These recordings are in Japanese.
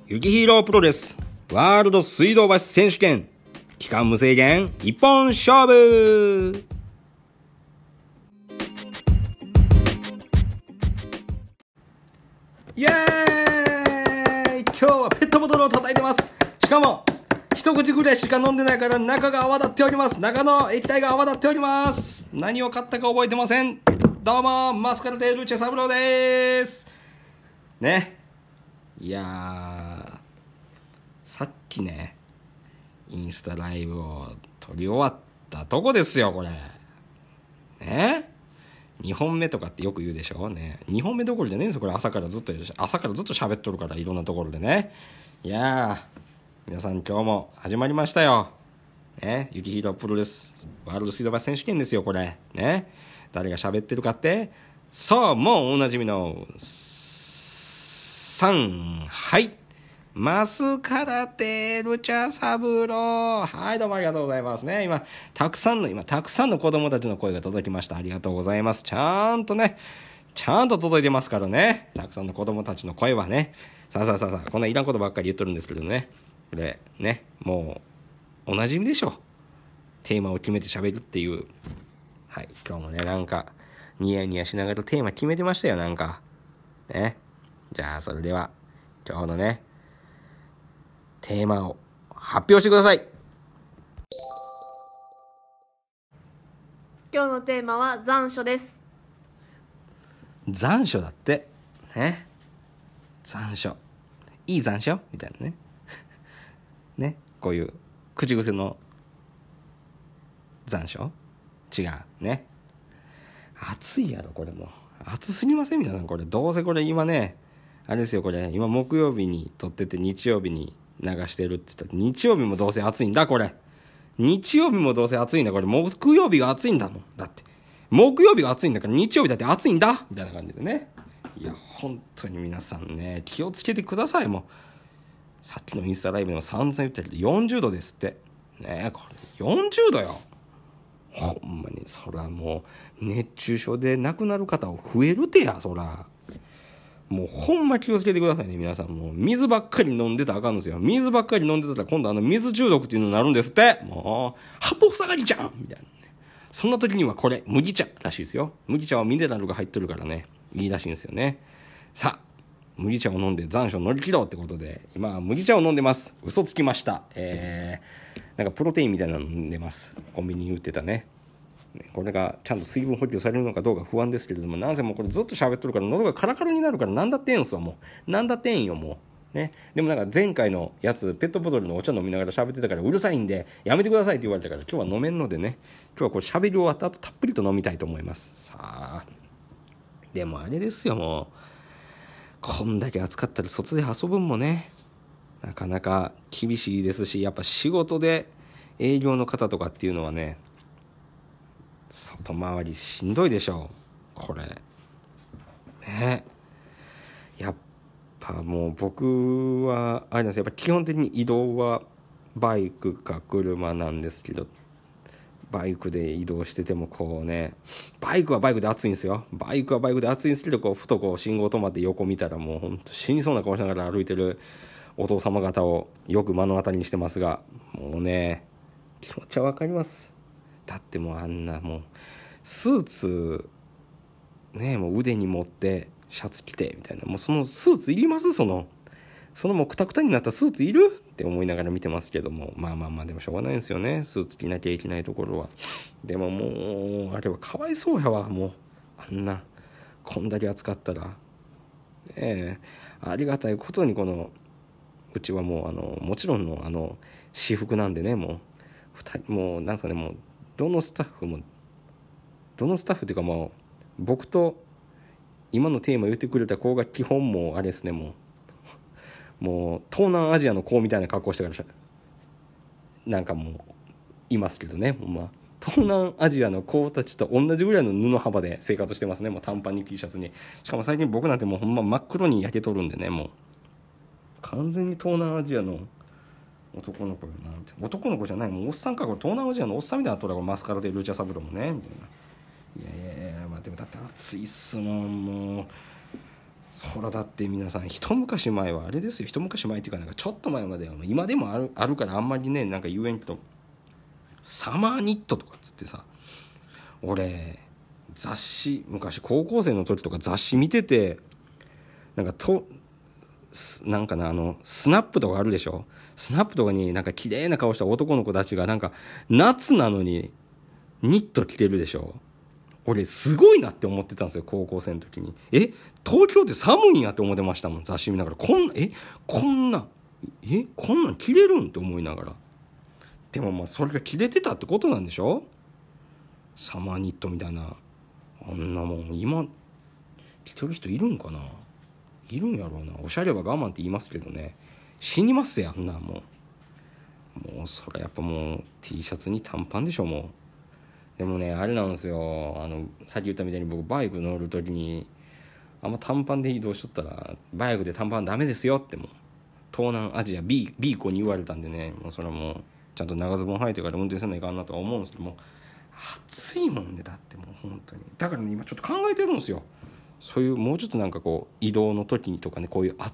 ゆきヒーロープロレスワールド水道橋選手権期間無制限一本勝負。イエーイ。今日はペットボトルを叩いてます。しかも一口ぐらいしか飲んでないから中が泡立っております。中の液体が泡立っております。何を買ったか覚えてません。どうもマスカルテルチェサブローですね。いやー、さっきねインスタライブを撮り終わったとこですよこれね。2本目とかってよく言うでしょね。2本目どころじゃねえんですよこれ。朝からずっと喋っとるから、いろんなところでね。いやー、皆さん今日も始まりましたよね。ゆきひろプロレスワールド水道橋選手権ですよこれね。誰が喋ってるかって、そうもうおなじみのはいマスカラテルチャサブロー。はい、どうもありがとうございますね。今たくさんの子供たちの声が届きました。ありがとうございます。ちゃんと届いてますからね。たくさんの子供たちの声はね。さあこんないらんことばっかり言っとるんですけどね。これね、もうおなじみでしょ。テーマを決めて喋るっていう。はい、今日もねなんかニヤニヤしながらテーマ決めてましたよなんかね。じゃあそれでは今日のねテーマを発表してください。 今日のテーマは残暑です。 残暑だってね。残暑、いい残暑みたいなねね、こういう口癖の残暑違うね。暑いやろこれ。もう暑すぎません皆さん。これどうせこれ今ねあれですよ、これ今木曜日に撮ってて日曜日に流してるって言ったら、日曜日もどうせ暑いんだこれ。日曜日もどうせ暑いんだこれ。木曜日が暑いんだもん。だって木曜日が暑いんだから日曜日だって暑いんだみたいな感じでね。いや本当に皆さんね気をつけてください。もうさっきのインスタライブでも散々言ってるけど40度ですってね。これ40度よ。ほんまにそらもう熱中症で亡くなる方を増えるてや。そらもうほんま気をつけてくださいね皆さん。もう水ばっかり飲んでたらあかんのですよ。水ばっかり飲んでたら今度水中毒っていうのになるんですって。もう八方塞がりじゃんみたいなね。そんな時にはこれ麦茶らしいですよ。麦茶はミネラルが入ってるからねいいらしいんですよね。さあ麦茶を飲んで残暑を乗り切ろうってことで今麦茶を飲んでます。嘘つきました。なんかプロテインみたいなの飲んでます。コンビニに売ってたね。これがちゃんと水分補給されるのかどうか不安ですけれども、なんせもうこれずっと喋っとるから喉がカラカラになるから、なんだってええんすわ。もうなんだってええんよもうね。でもなんか前回のやつペットボトルのお茶飲みながら喋ってたからうるさいんでやめてくださいって言われたから、今日は飲めんのでね、今日はこれ喋り終わった後たっぷりと飲みたいと思います。さあでもあれですよ、もうこんだけ暑かったら外で遊ぶんもねなかなか厳しいですし、やっぱ仕事で営業の方とかっていうのはね外回りしんどいでしょうこれね。やっぱもう僕はあれなんですよ。やっぱ基本的に移動はバイクか車なんですけど、バイクで移動しててもこうね、バイクはバイクで暑いんですよ。バイクはバイクで暑いんですけど、こうふとこう信号止まって横見たらもうほんと死にそうな顔しながら歩いてるお父様方をよく目の当たりにしてますが、もうね気持ちはわかります。だってもうあんなもうスーツね、もう腕に持ってシャツ着てみたいな、もうそのスーツいります？そのもうクタクタになったスーツいるって思いながら見てますけども、まあでもしょうがないんですよね、スーツ着なきゃいけないところは。でももうあれはかわいそうやわ。もうあんなこんだけ暑かったらありがたいことにこのうちはもうもちろんの私服なんでね、もう2人もうなんすかね、もうどのスタッフっていうかもう僕と今のテーマ言ってくれた子が基本もうあれですね、もう東南アジアの子みたいな格好してからなんかもういますけどね。まあ東南アジアの子たちと同じぐらいの布幅で生活してますね。もう短パンに T シャツに。しかも最近僕なんてもうほんま真っ黒に焼けとるんでね、もう完全に東南アジアの男の子よなみたいな。男の子じゃない、もうおっさんか。これ東南アジアのおっさんみたいなところがマスカラでルチャサブロもねみたいな。いやまあでもだって暑いっすもん。もうそらだって皆さん一昔前はあれですよ。一昔前っていうかなんかちょっと前までは今でもあるからあんまりねなんか言えんけど、サマーニットとかっつってさ、俺雑誌昔高校生の時とか雑誌見てて、なんかなスナップとかあるでしょ。スナップとかになんか綺麗な顔した男の子たちがなんか夏なのにニット着てるでしょ。俺すごいなって思ってたんですよ高校生の時に。東京って寒いんやって思ってましたもん、雑誌見ながら。こんなん着れるんって思いながら。でもまあそれが着れてたってことなんでしょ。サマーニットみたいなあんなもん今着てる人いるんかな。いるんやろうな。おしゃれは我慢って言いますけどね、死にますよあんなもうそれやっぱもう T シャツに短パンでしょもう。でもねあれなんですよ、さっき言ったみたいに僕バイク乗る時にあんま短パンで移動しとったらバイクで短パンダメですよってもう東南アジア B 子に言われたんでね、もうそれはもうちゃんと長ズボン履いてから運転せないかんなとは思うんですけども、暑いもんねだってもう本当に。だからね今ちょっと考えてるんですよ。そういうもうちょっとなんかこう移動の時にとかね、こういう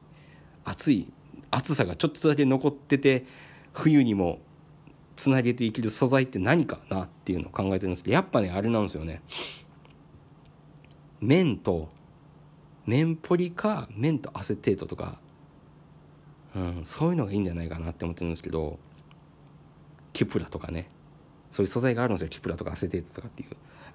暑さがちょっとだけ残ってて冬にもつなげていける素材って何かなっていうのを考えてるんですけど、やっぱねあれなんですよね。綿ポリか綿とアセテートとか、そういうのがいいんじゃないかなって思ってるんですけど、キプラとかね、そういう素材があるんですよ。キプラとかアセテートとかっていう、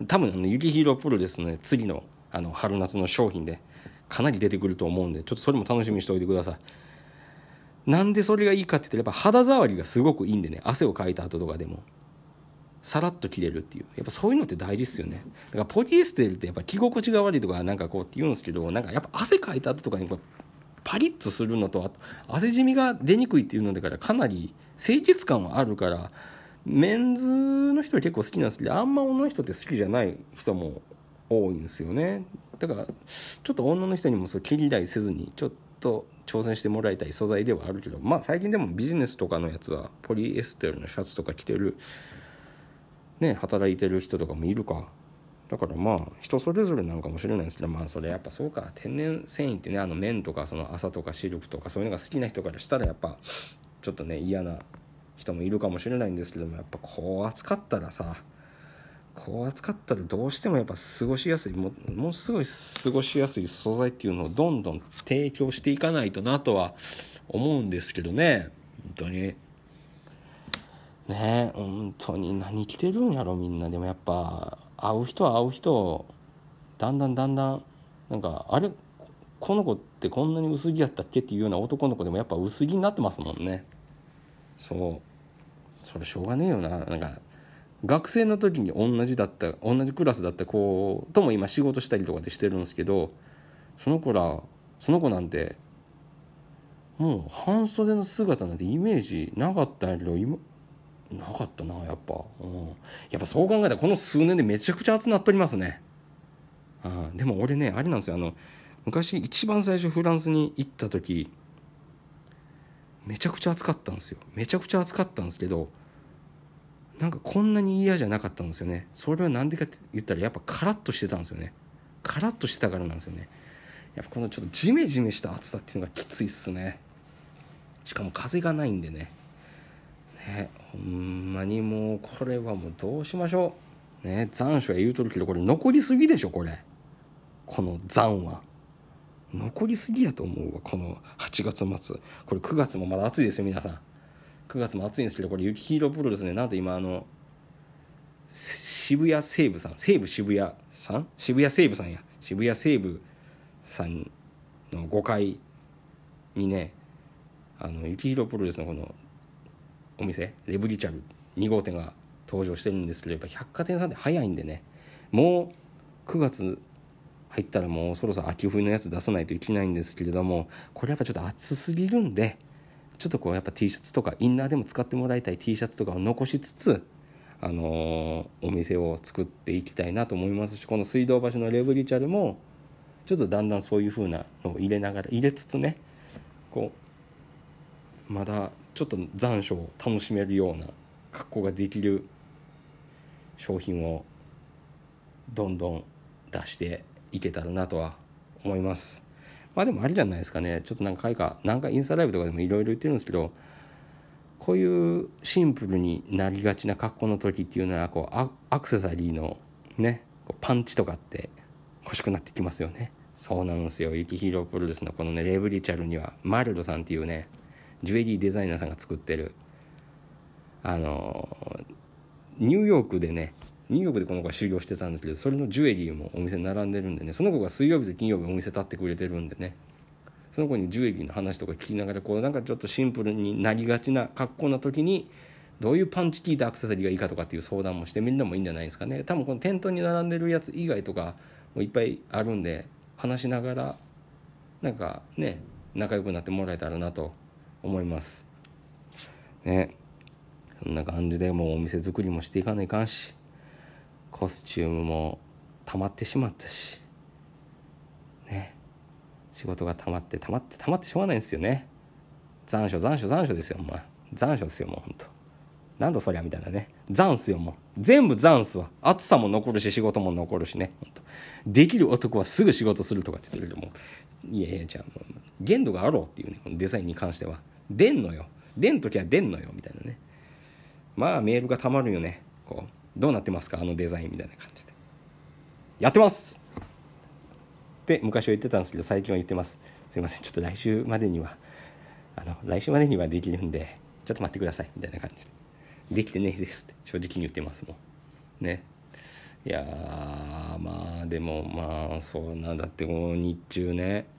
多分ユキヒロプロレスの、ね、次の春夏の商品でかなり出てくると思うんで、ちょっとそれも楽しみにしておいてください。なんでそれがいいかって言ったら、やっぱ肌触りがすごくいいんでね、汗をかいた後とかでもさらっと着れるっていう、やっぱそういうのって大事ですよね。だからポリエステルってやっぱ着心地が悪いとかなんかこうって言うんですけど、なんかやっぱ汗かいた後とかにこうパリッとするのと、あと汗じみが出にくいっていうのだからかなり清潔感はあるから、メンズの人は結構好きなんですけど、あんま女の人って好きじゃない人も多いんですよね。だからちょっと女の人にもそう切り台せずにちょっと挑戦してもらいたい素材ではあるけど、まあ最近でもビジネスとかのやつはポリエステルのシャツとか着てるね、働いてる人とかもいるか。だからまあ人それぞれなんかもしれないですけど、まあそれやっぱそうか、天然繊維ってね、綿とかその麻とかシルクとかそういうのが好きな人からしたらやっぱちょっとね嫌な人もいるかもしれないんですけども、やっぱこう暑かったらどうしてもやっぱ過ごしやすい、もうすごい過ごしやすい素材っていうのをどんどん提供していかないとなとは思うんですけどね。本当にね、本当に何着てるんやろみんな。でもやっぱ会う人だんだんなんかあれ、この子ってこんなに薄着やったっけっていうような男の子でもやっぱ薄着になってますもんね。それしょうがねえよな。なんか学生の時に同じクラスだった子とも今仕事したりとかでしてるんですけど、その子なんてもう半袖の姿なんてイメージなかったんやけど、今なかったなやっぱ、やっぱそう考えたらこの数年でめちゃくちゃ暑なっとりますね。でも俺ねあれなんですよ、昔一番最初フランスに行った時めちゃくちゃ暑かったんですけど、なんかこんなに嫌じゃなかったんですよね。それはなんでかって言ったらやっぱカラッとしてたんですよね。カラッとしてたからなんですよね。やっぱこのちょっとジメジメした暑さっていうのがきついっすね。しかも風がないんでね、ほんまにもうこれはもうどうしましょうね。残暑は言うとるけどこれ残りすぎでしょ。この残は残りすぎやと思うわ。この8月末、これ9月もまだ暑いですよ皆さん。9月も暑いんですけど、これ雪広プロですね。なんと今渋谷西武さん渋谷西武さんの5階にね、雪広プロレスのこのお店レブリチャル2号店が登場してるんですけど、やっぱ百貨店さんって早いんでね、もう9月入ったらもうそろそろ秋冬のやつ出さないといけないんですけれども、これやっぱちょっと暑すぎるんで、ちょっとこうやっぱ T シャツとかインナーでも使ってもらいたい T シャツとかを残しつつ、お店を作っていきたいなと思いますし、この水道橋のレブリチャルもちょっとだんだんそういう風なのを入れつつね、こうまだちょっと残暑を楽しめるような格好ができる商品をどんどん出していけたらなとは思います。 まあでもあれじゃないですかね、ちょっとなんかインスタライブとかでもいろいろ言ってるんですけど、こういうシンプルになりがちな格好の時っていうのはこうアクセサリーのねこうパンチとかって欲しくなってきますよね。そうなんですよ。ユキヒーロープロレスのこのねレブリチャルにはマルロさんっていうねジュエリーデザイナーさんが作ってるニューヨークでこの子が修行してたんですけど、それのジュエリーもお店に並んでるんでね、その子が水曜日と金曜日お店立ってくれてるんでね、その子にジュエリーの話とか聞きながらこうなんかちょっとシンプルになりがちな格好な時にどういうパンチ効いたアクセサリーがいいかとかっていう相談もしてみるのもいいんじゃないですかね。多分この店頭に並んでるやつ以外とかもいっぱいあるんで、話しながらなんかね仲良くなってもらえたらなと思いますね。そんな感じでもうお店作りもしていかないかんし、コスチュームも溜まってしまったしね、仕事が溜まってしょうがないんですよね。残暑ですよ。残暑ですよもうほんと。なんだそりゃみたいなね。残っすよもう。全部残っすわ。暑さも残るし仕事も残るしね。ほんとできる男はすぐ仕事するとかって言ってるけども、いやじゃあもう限度があろうっていうね、このデザインに関しては出んのよ。出んときは出んのよみたいなね。まあメールがたまるよね。こうどうなってますかあのデザインみたいな感じでやってますって昔は言ってたんですけど、最近は言ってます。すいませんちょっと来週までにはできるんでちょっと待ってくださいみたいな感じで、できてねえですって正直に言ってますもんね。いやまあでもまあそうなんだって、こう日中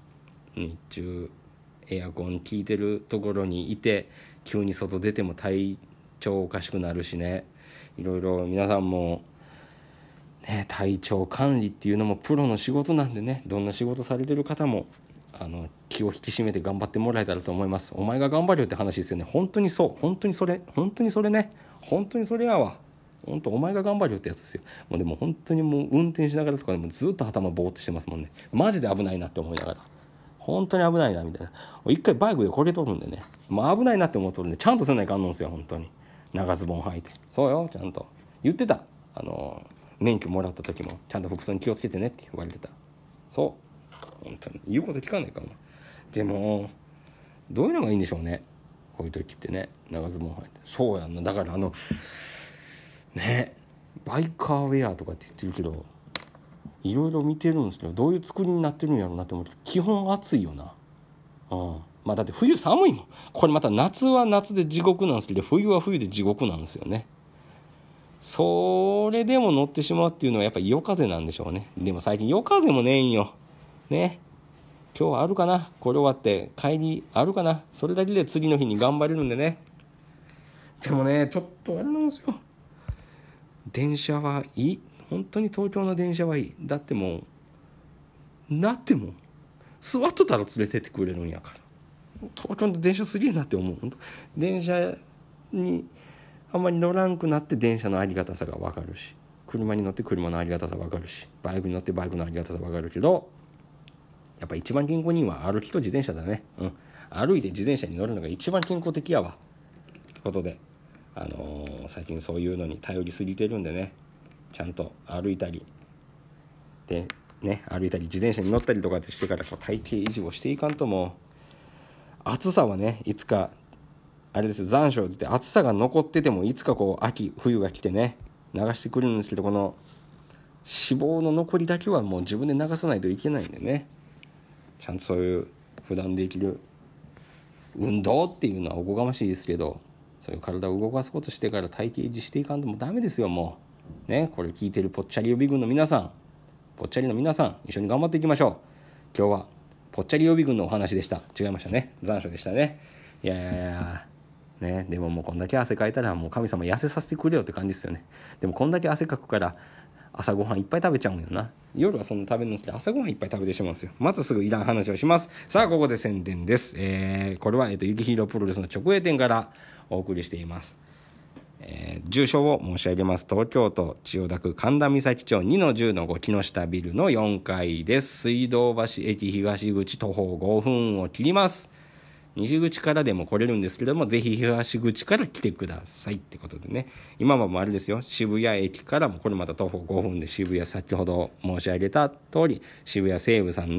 エアコン効いてるところにいて急に外出ても体調おかしくなるしね、いろいろ皆さんもね体調管理っていうのもプロの仕事なんでね、どんな仕事されてる方も気を引き締めて頑張ってもらえたらと思います。お前が頑張るよって話ですよね。本当にそう、本当にそれね、本当にそれやわ。本当お前が頑張るよってやつですよ。もうでも本当にもう運転しながらとかでもずっと頭ボーっとしてますもんね。マジで危ないなって思いながら、本当に危ないなみたいな。一回バイクでこれとるんでね、まあ危ないなって思っとるんでちゃんとせないかんのんですよ。本当に長ズボン履いて、そうよちゃんと言ってた。免許もらった時もちゃんと服装に気をつけてねって言われてた。そう本当に言うこと聞かないかも。でもどういうのがいいんでしょうね、こういう時ってね、長ズボン履いて。そうやんな、だからねバイカーウェアとかって言ってるけど、いろいろ見てるんですけどどういう作りになってるんやろうなって思って、基本暑いよな。まあだって冬寒いもん。これまた夏は夏で地獄なんですけど、冬は冬で地獄なんですよね。それでも乗ってしまうっていうのはやっぱり夜風なんでしょうね。でも最近夜風もねえんよね。今日はあるかな、これ終わって帰りあるかな、それだけで次の日に頑張れるんでね。でもねちょっとあれなんですよ、電車はいい、本当に東京の電車はいい。だっても座っとったら連れてってくれるんやから、東京の電車すげえなって思う。電車にあんまり乗らんくなって電車のありがたさが分かるし、車に乗って車のありがたさ分かるし、バイクに乗ってバイクのありがたさ分かるけど、やっぱ一番健康には歩きと自転車だね。歩いて自転車に乗るのが一番健康的やわ。ことで最近そういうのに頼りすぎてるんでね、ちゃんと歩いたり自転車に乗ったりとかってしてからこう体型維持をしていかんと、も暑さはねいつかあれです、残暑って暑さが残っててもいつかこう秋冬が来てね流してくるんですけど、この脂肪の残りだけはもう自分で流さないといけないんでね、ちゃんとそういう普段できる運動っていうのはおこがましいですけど、そういう体を動かすことしてから体型維持していかんともうダメですよ。もうね、これ聞いてるぽっちゃり予備軍の皆さん、一緒に頑張っていきましょう。今日はぽっちゃり予備軍のお話でした。違いましたね、残暑でしたね。いやね、でももうこんだけ汗かいたらもう神様痩せさせてくれよって感じですよね。でもこんだけ汗かくから朝ごはんいっぱい食べちゃうんよな。夜はそんな食べるんですけど朝ごはんいっぱい食べてしまうんですよ。またすぐいらん話をします。さあここで宣伝です。これは、ユキヒーロープロレスの直営店からお送りしています。住所を申し上げます。東京都千代田区神田三崎町 2-10-5 木下ビルの4階です。水道橋駅東口徒歩5分を切ります。西口からでも来れるんですけども、ぜひ東口から来てくださいってことでね。今もあれですよ、渋谷駅からもこれまた徒歩5分で、渋谷先ほど申し上げた通り渋谷西武さんの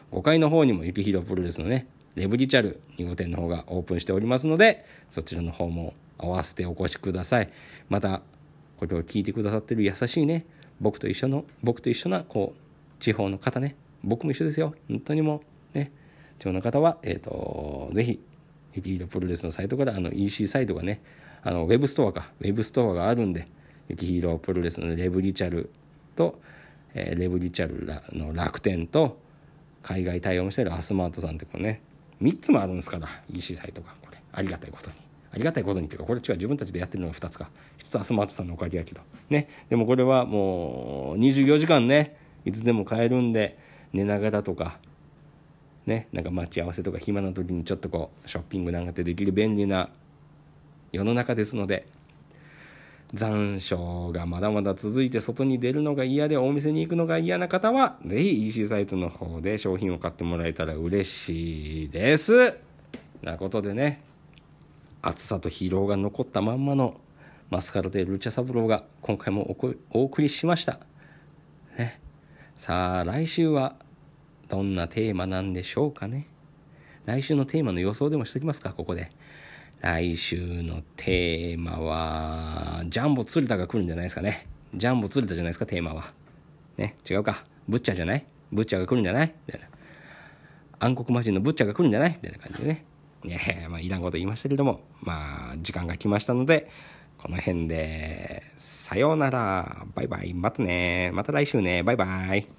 5階の方にもゆきひろプロレスのねレブリチャル2号店の方がオープンしておりますので、そちらの方も合わせてお越しください。またこれを聞いてくださってる優しいね僕と一緒なこう地方の方ね、僕も一緒ですよ本当にもうね、地方の方はぜひゆきひろプロレスのサイトからEC サイトがねウェブストアがあるんで、ゆきひろプロレスのレブリチャルと、レブリチャルの楽天と海外対応もしているアスマートさんってこうね3つもあるんですから EC サイトが、これありがたいことにっていうか、これ違う、自分たちでやってるのが2つか、1つアスマートさんのおかげやけどね。でもこれはもう24時間ねいつでも買えるんで、寝ながらとかね、なんか待ち合わせとか暇な時にちょっとこうショッピングなんかでできる便利な世の中ですので、残暑がまだまだ続いて外に出るのが嫌でお店に行くのが嫌な方はぜひ EC サイトの方で商品を買ってもらえたら嬉しいです。なことでね、暑さと疲労が残ったまんまのマスカルテルチャサブローが今回もお送りしました、ね、さあ来週はどんなテーマなんでしょうかね。来週のテーマの予想でもしておきますか。ここで来週のテーマはジャンボ鶴田が来るんじゃないですかね。ジャンボ鶴田じゃないですかテーマはね。違うか、ブッチャーじゃない、ブッチャーが来るんじゃないみたいな、暗黒魔人のブッチャーが来るんじゃないみたいな感じでね、いらんこと言いましたけども、時間が来ましたのでこの辺でさようなら、バイバイ、またね、また来週ね、バイバイ。